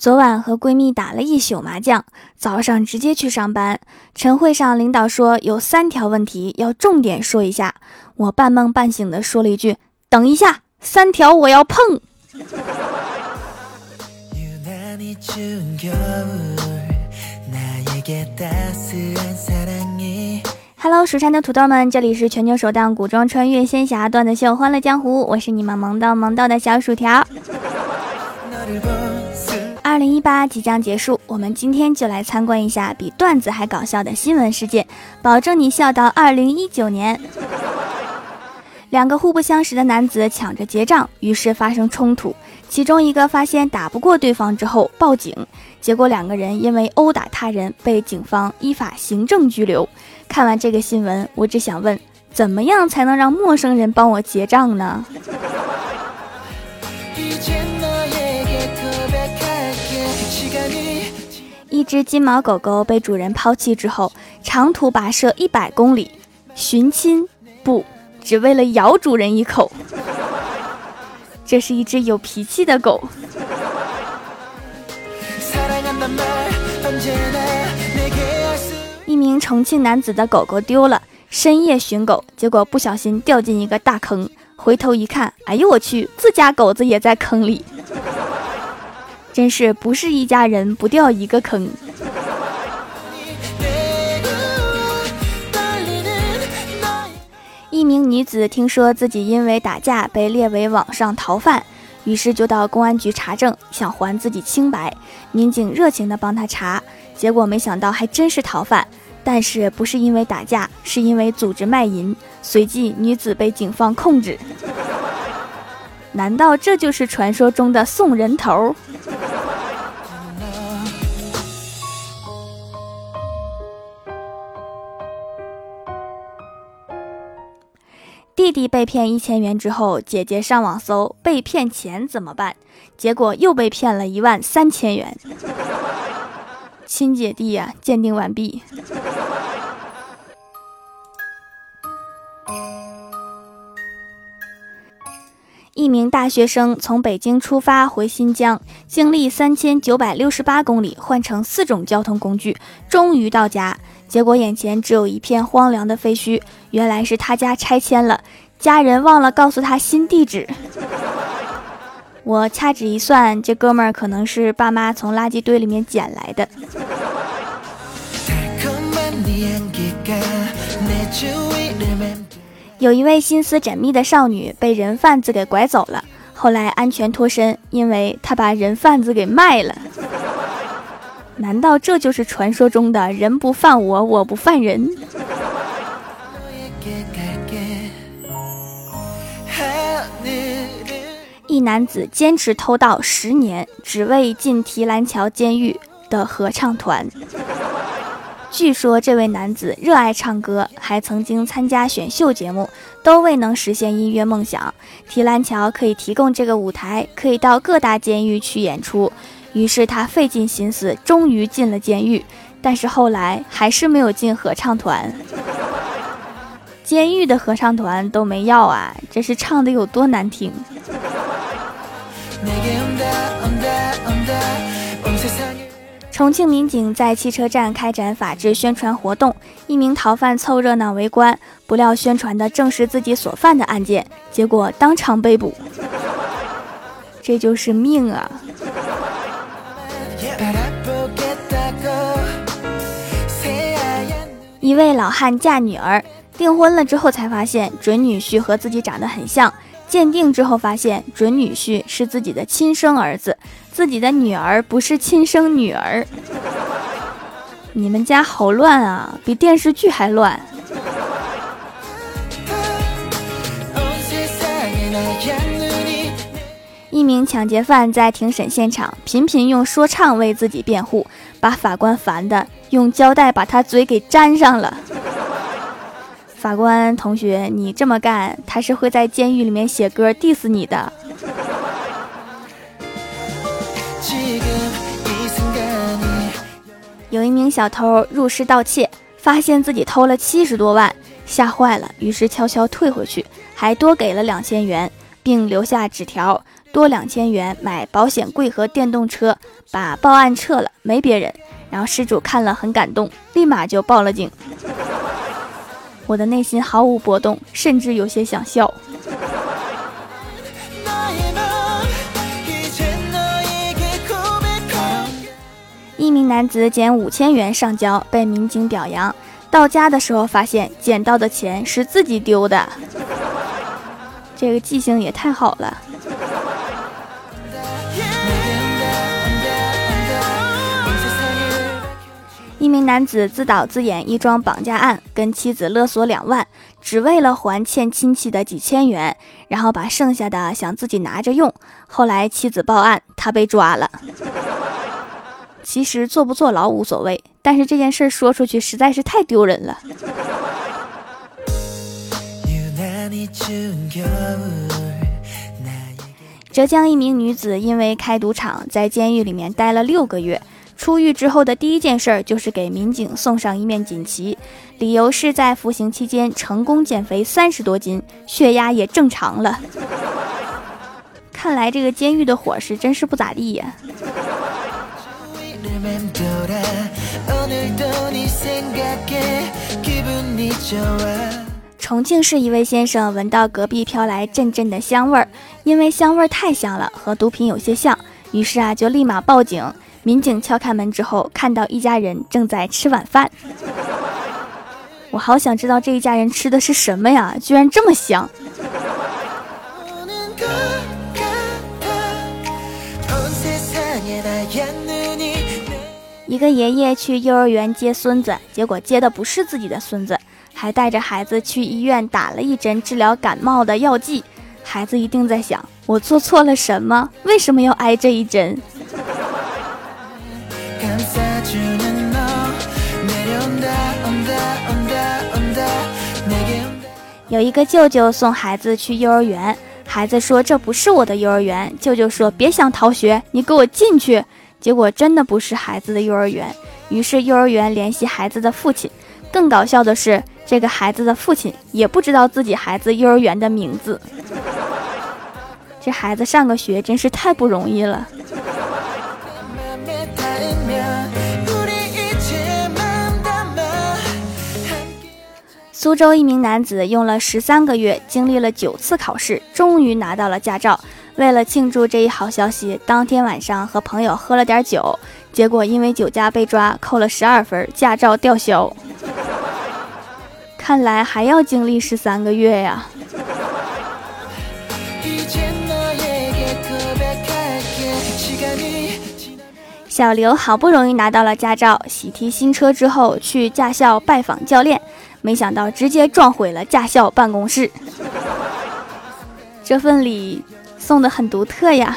昨晚和闺蜜打了一宿麻将，早上直接去上班。晨会上领导说有3条问题要重点说一下，我半梦半醒的说了一句：等一下，3条我要碰。Hello， 蜀山的土豆们，这里是全球首档古装穿越仙侠段子秀《欢乐江湖》，我是你们萌到的小薯条。2018即将结束，我们今天就来参观一下比段子还搞笑的新闻事件，保证你笑到2019年。2个互不相识的男子抢着结账，于是发生冲突，其中一个发现打不过对方之后报警，结果2个人因为殴打他人被警方依法行政拘留。看完这个新闻，我只想问，怎么样才能让陌生人帮我结账呢？一只金毛狗狗被主人抛弃之后，长途跋涉100公里，寻亲不，只为了咬主人一口。这是一只有脾气的狗。一名重庆男子的狗狗丢了，深夜寻狗，结果不小心掉进一个大坑，回头一看，哎呦我去，自家狗子也在坑里。真是不是一家人不掉一个坑。一名女子听说自己因为打架被列为网上逃犯，于是就到公安局查证，想还自己清白。民警热情地帮她查，结果没想到还真是逃犯，但是不是因为打架，是因为组织卖淫。随即女子被警方控制。难道这就是传说中的送人头？弟弟被骗1000元之后，姐姐上网搜被骗钱怎么办，结果又被骗了13000元。亲姐弟啊，鉴定完毕。一名大学生从北京出发回新疆，经历3968公里，换乘4种交通工具，终于到家。结果眼前只有一片荒凉的废墟，原来是他家拆迁了，家人忘了告诉他新地址。我掐指一算，这哥们儿可能是爸妈从垃圾堆里面捡来的。有一位心思缜密的少女被人贩子给拐走了，后来安全脱身，因为她把人贩子给卖了。难道这就是传说中的人不犯我，我不犯人？一男子坚持偷盗10年，只为进提篮桥监狱的合唱团。据说这位男子热爱唱歌，还曾经参加选秀节目，都未能实现音乐梦想。提篮桥可以提供这个舞台，可以到各大监狱去演出。于是他费尽心思，终于进了监狱，但是后来还是没有进合唱团。监狱的合唱团都没要啊，这是唱的有多难听？重庆民警在汽车站开展法制宣传活动，一名逃犯凑热闹围观，不料宣传的正是自己所犯的案件，结果当场被捕。这就是命啊！一位老汉嫁女儿，订婚了之后才发现准女婿和自己长得很像，鉴定之后发现准女婿是自己的亲生儿子，自己的女儿不是亲生女儿。你们家好乱啊，比电视剧还乱。一名抢劫犯在庭审现场频频用说唱为自己辩护，把法官烦的用胶带把他嘴给粘上了。法官同学，你这么干，他是会在监狱里面写歌 diss 你的。有一名小偷入室盗窃，发现自己偷了70多万，吓坏了，于是悄悄退回去，还多给了2000元，并留下纸条， 多2000元买保险柜和电动车，把报案撤了，没别人。然后失主看了很感动，立马就报了警。我的内心毫无波动，甚至有些想笑。一名男子捡5000元上交，被民警表扬。到家的时候发现捡到的钱是自己丢的，这个记性也太好了。一名男子自导自演一桩绑架案，跟妻子勒索2万，只为了还欠亲戚的几千元，然后把剩下的想自己拿着用。后来妻子报案，他被抓了。其实坐不坐牢无所谓，但是这件事说出去实在是太丢人了。浙江一名女子因为开赌场，在监狱里面待了6个月。出狱之后的第一件事就是给民警送上一面锦旗，理由是在服刑期间成功减肥30多斤，血压也正常了。看来这个监狱的伙食真是不咋地呀。重庆市一位先生闻到隔壁飘来阵阵的香味儿，因为香味儿太香了，和毒品有些像，于是就立马报警。民警敲开门之后，看到一家人正在吃晚饭。我好想知道这一家人吃的是什么呀，居然这么香。一个爷爷去幼儿园接孙子，结果接的不是自己的孙子，还带着孩子去医院打了一针治疗感冒的药剂。孩子一定在想，我做错了什么？为什么要挨这一针？有一个舅舅送孩子去幼儿园，孩子说这不是我的幼儿园，舅舅说别想逃学，你给我进去。结果真的不是孩子的幼儿园，于是幼儿园联系孩子的父亲。更搞笑的是，这个孩子的父亲也不知道自己孩子幼儿园的名字。这孩子上个学真是太不容易了。苏州一名男子用了13个月，经历了9次考试，终于拿到了驾照。为了庆祝这一好消息，当天晚上和朋友喝了点酒，结果因为酒驾被抓，扣了12分，驾照吊销。看来还要经历13个月呀。小刘好不容易拿到了驾照，喜提新车之后去驾校拜访教练，没想到直接撞毁了驾校办公室。这份礼送得很独特呀。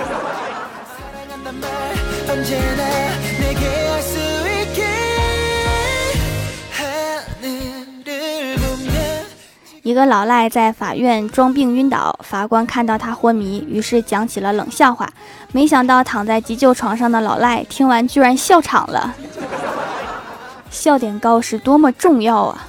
一个老赖在法院装病晕倒，法官看到他昏迷，于是讲起了冷笑话。没想到躺在急救床上的老赖听完居然笑场了。笑点高是多么重要啊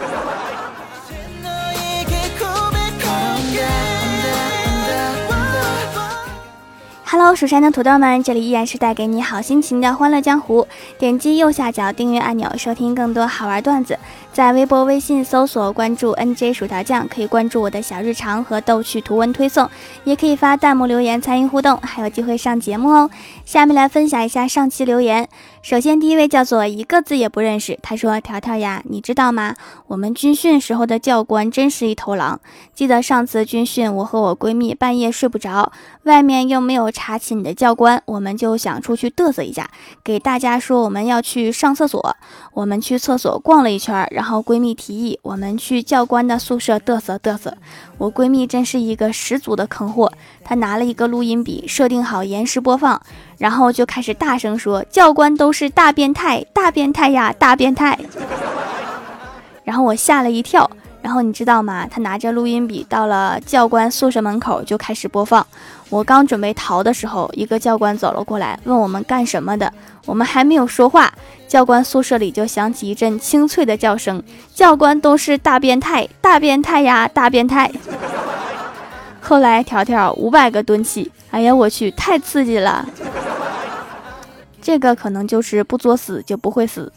！Hello， 蜀山的土豆们，这里依然是带给你好心情的欢乐江湖。点击右下角订阅按钮，收听更多好玩段子。在微博、微信搜索关注 NJ 薯条酱，可以关注我的小日常和逗趣图文推送，也可以发弹幕留言参与互动，还有机会上节目哦。下面来分享一下上期留言。首先第一位叫做一个字也不认识，他说条条呀，你知道吗？我们军训时候的教官真是一头狼。记得上次军训，我和我闺蜜半夜睡不着，外面又没有查寝的教官，我们就想出去嘚瑟一下，给大家说我们要去上厕所。我们去厕所逛了一圈，然后闺蜜提议我们去教官的宿舍嘚瑟嘚瑟。我闺蜜真是一个十足的坑货，她拿了一个录音笔，设定好延时播放，然后就开始大声说教官都是大变态，大变态呀，大变态。然后我吓了一跳，然后你知道吗？他拿着录音笔到了教官宿舍门口就开始播放。我刚准备逃的时候，一个教官走了过来，问我们干什么的。我们还没有说话，教官宿舍里就响起一阵清脆的叫声：教官都是大变态，大变态呀，大变态。 后来条条500个蹲起，哎呀我去，太刺激了。这个可能就是不作死就不会死。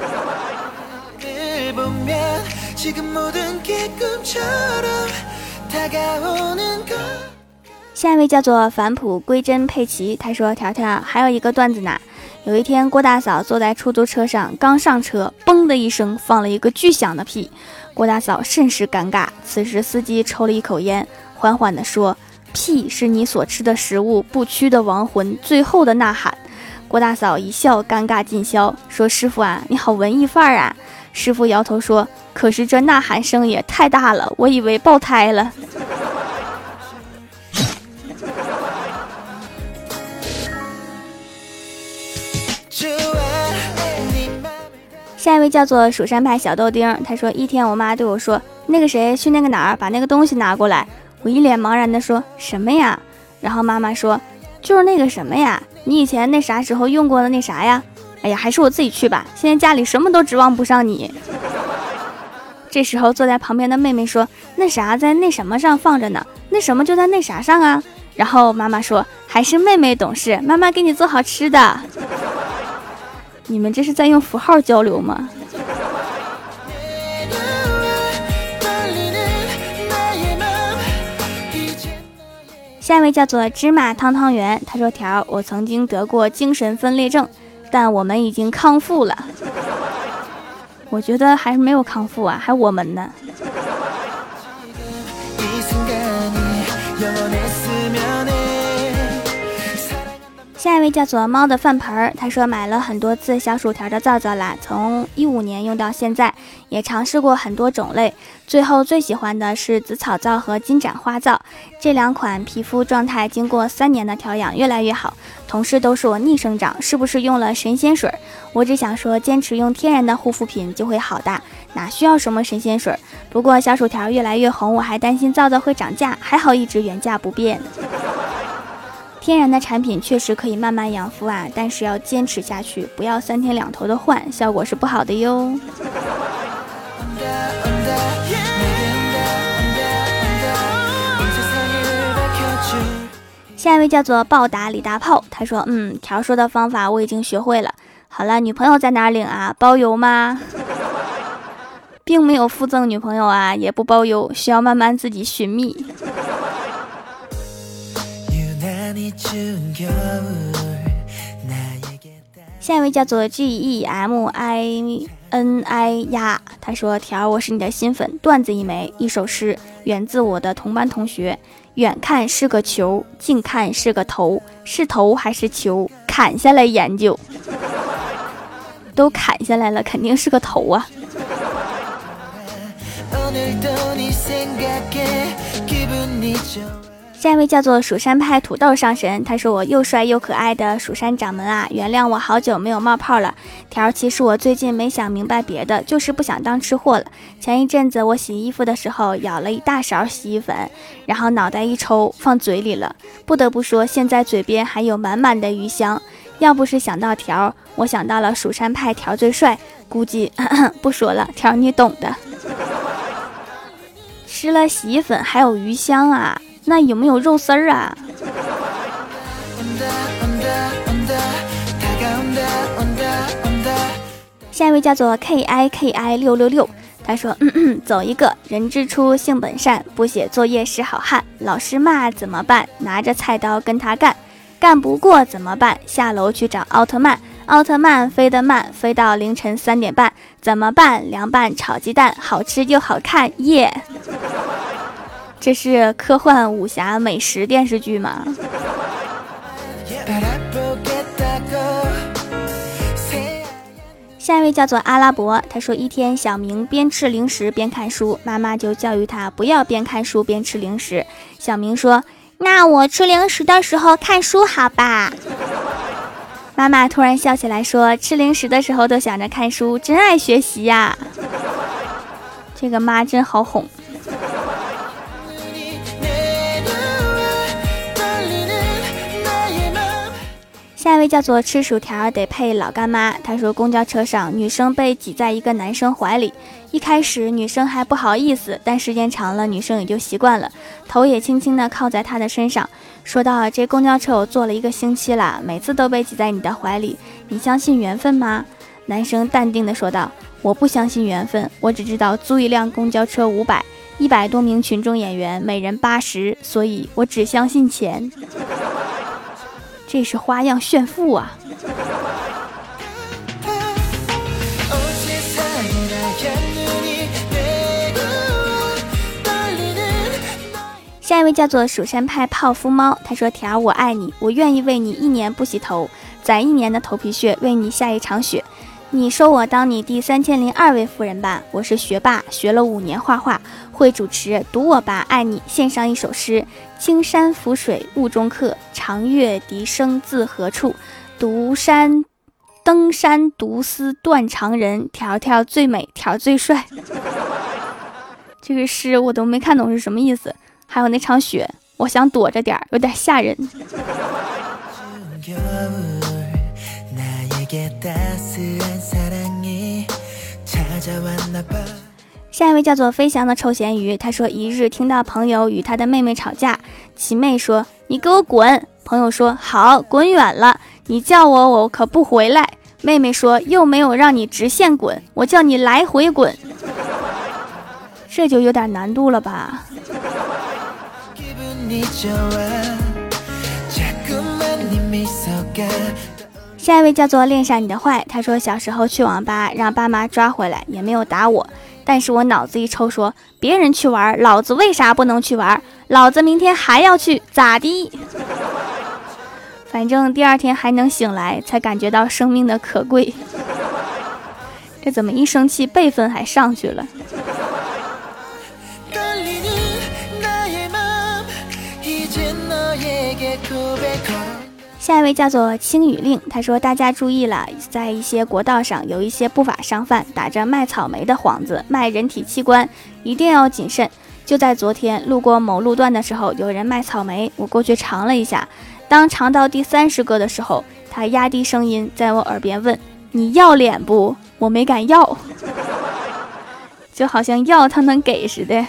下一位叫做返璞归真佩奇，他说条条还有一个段子呢。有一天郭大嫂坐在出租车上，刚上车嘣的一声放了一个巨响的屁，郭大嫂甚是尴尬。此时司机抽了一口烟，缓缓地说，屁是你所吃的食物不屈的亡魂最后的呐喊。郭大嫂一笑，尴尬尽消，说师傅啊，你好文艺范儿啊。师傅摇头说，可是这呐喊声也太大了，我以为爆胎了。下一位叫做蜀山派小豆丁，他说一天我妈对我说，那个谁去那个哪儿把那个东西拿过来。我一脸茫然的说，什么呀？然后妈妈说，就是那个什么呀，你以前那啥时候用过的那啥呀？哎呀，还是我自己去吧，现在家里什么都指望不上你。这时候坐在旁边的妹妹说，那啥在那什么上放着呢，那什么就在那啥上啊。然后妈妈说，还是妹妹懂事，妈妈给你做好吃的。你们这是在用符号交流吗？下一位叫做芝麻汤汤圆，他说条，我曾经得过精神分裂症，但我们已经康复了。我觉得还是没有康复啊，还我们呢。下一位叫做猫的饭盆，他说买了很多次小薯条的皂皂啦，从15年用到现在，也尝试过很多种类，最后最喜欢的是紫草皂和金盏花皂，这2款皮肤状态经过3年的调养越来越好，同事都说我逆生长，是不是用了神仙水？我只想说坚持用天然的护肤品就会好的，哪需要什么神仙水？不过小薯条越来越红，我还担心皂皂会涨价，还好一直原价不变。天然的产品确实可以慢慢养肤啊，但是要坚持下去，不要3天2头的换，效果是不好的哟。下一位叫做暴打李大炮，他说条说的方法我已经学会了。好了，女朋友在哪领啊？包邮吗？并没有附赠女朋友啊，也不包邮，需要慢慢自己寻觅。下一位叫做 GEMINI 呀，他说条，我是你的新粉，段子一枚，一首诗，源自我的同班同学，远看是个球，近看是个头，是头还是球，砍下来研究。都砍下来了，肯定是个头啊。下一位叫做蜀山派土豆上神，他说我又帅又可爱的蜀山掌门啊，原谅我好久没有冒泡了。条，其实我最近没想明白别的，就是不想当吃货了。前一阵子我洗衣服的时候舀了一大勺洗衣粉，然后脑袋一抽放嘴里了，不得不说现在嘴边还有满满的余香。要不是想到条，我想到了蜀山派条最帅，估计不说了，条你懂的。吃了洗衣粉还有余香啊，那有没有肉丝儿啊？下一位叫做 KIKI666，他说走一个，人之初性本善，不写作业是好汉，老师骂怎么办？拿着菜刀跟他干，干不过怎么办？下楼去找奥特曼，奥特曼飞得慢，飞到凌晨3点半，怎么办？凉拌炒鸡蛋，好吃又好看耶。这是科幻武侠美食电视剧吗？下一位叫做阿拉伯，他说一天小明边吃零食边看书，妈妈就教育他不要边看书边吃零食。小明说，那我吃零食的时候看书好吧。妈妈突然笑起来说，吃零食的时候都想着看书，真爱学习呀。这个妈真好哄。下下一位叫做吃薯条得配老干妈，他说公交车上女生被挤在一个男生怀里，一开始女生还不好意思，但时间长了女生也就习惯了，头也轻轻地靠在他的身上，说道这公交车我坐了1个星期了，每次都被挤在你的怀里，你相信缘分吗？男生淡定地说道，我不相信缘分，我只知道租一辆公交车500，100多名群众演员每人80，所以我只相信钱。这是花样炫富啊。下一位叫做蜀山派泡芙猫，他说条我爱你，我愿意为你1年不洗头，攒1年的头皮屑为你下一场雪，你收我当你第3002位夫人吧，我是学霸，学了5年画画，会主持，读我吧爱你，献上一首诗，青山浮水雾中客，长月笛声自何处，登山独思断肠人，条条最美条最帅。这个诗我都没看懂是什么意思，还有那场雪我想躲着点，有点吓人。下一位叫做飞翔的臭咸鱼，他说一日听到朋友与他的妹妹吵架，其妹说你给我滚，朋友说好，滚远了，你叫我可不回来，妹妹说又没有让你直线滚，我叫你来回滚。这就有点难度了吧。下一位叫做恋上你的坏，他说小时候去网吧让爸妈抓回来，也没有打我，但是我脑子一抽说别人去玩，老子为啥不能去玩，老子明天还要去，咋的？反正第2天还能醒来，才感觉到生命的可贵。这怎么一生气辈分还上去了？下一位叫做青雨令，他说大家注意了，在一些国道上有一些不法商贩打着卖草莓的幌子卖人体器官，一定要谨慎。就在昨天路过某路段的时候，有人卖草莓，我过去尝了一下，当尝到第30个的时候，他压低声音在我耳边问你要脸不？我没敢要，就好像要他能给似的。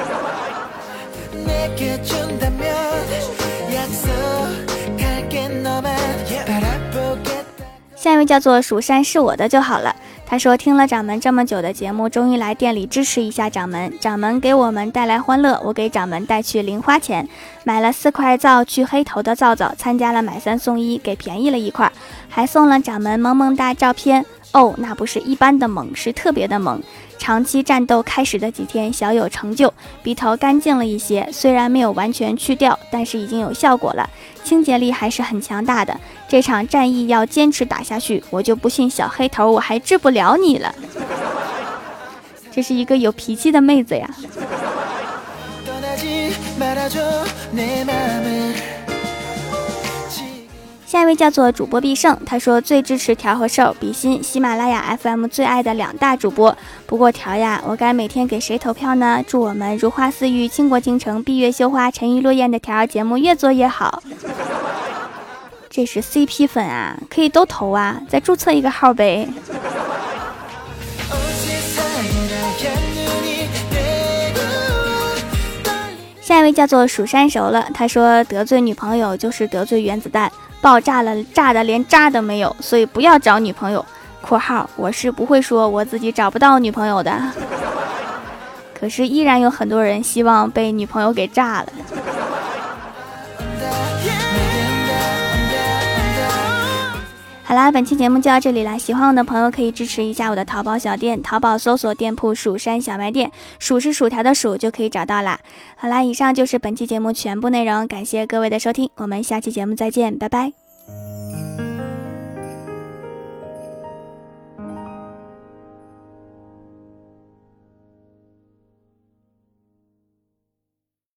下一位叫做蜀山是我的就好了，他说听了掌门这么久的节目，终于来店里支持一下掌门，掌门给我们带来欢乐，我给掌门带去零花钱，买了4块皂去黑头的皂皂，参加了买3送1，给便宜了1块，还送了掌门萌萌哒照片，哦，那不是一般的萌，是特别的萌。长期战斗开始的几天小有成就，鼻头干净了一些，虽然没有完全去掉，但是已经有效果了，清洁力还是很强大的。这场战役要坚持打下去，我就不信小黑头我还治不了你了。这是一个有脾气的妹子呀。下一位叫做主播必胜，他说最支持条和瘦比心喜马拉雅 FM 最爱的2大主播，不过条呀，我该每天给谁投票呢？祝我们如花似玉、倾国倾城、闭月羞花、沉鱼落雁的条节目越做越好。这是 CP 粉啊，可以都投啊，再注册一个号呗。下一位叫做蜀山熟了，他说得罪女朋友就是得罪原子弹，爆炸了，炸的连渣都没有，所以不要找女朋友。括号我是不会说我自己找不到女朋友的，可是依然有很多人希望被女朋友给炸了。好啦，本期节目就到这里啦，喜欢我的朋友可以支持一下我的淘宝小店，淘宝搜索店铺蜀山小卖店，蜀是薯条的蜀就可以找到啦。好啦，以上就是本期节目全部内容，感谢各位的收听，我们下期节目再见，拜拜。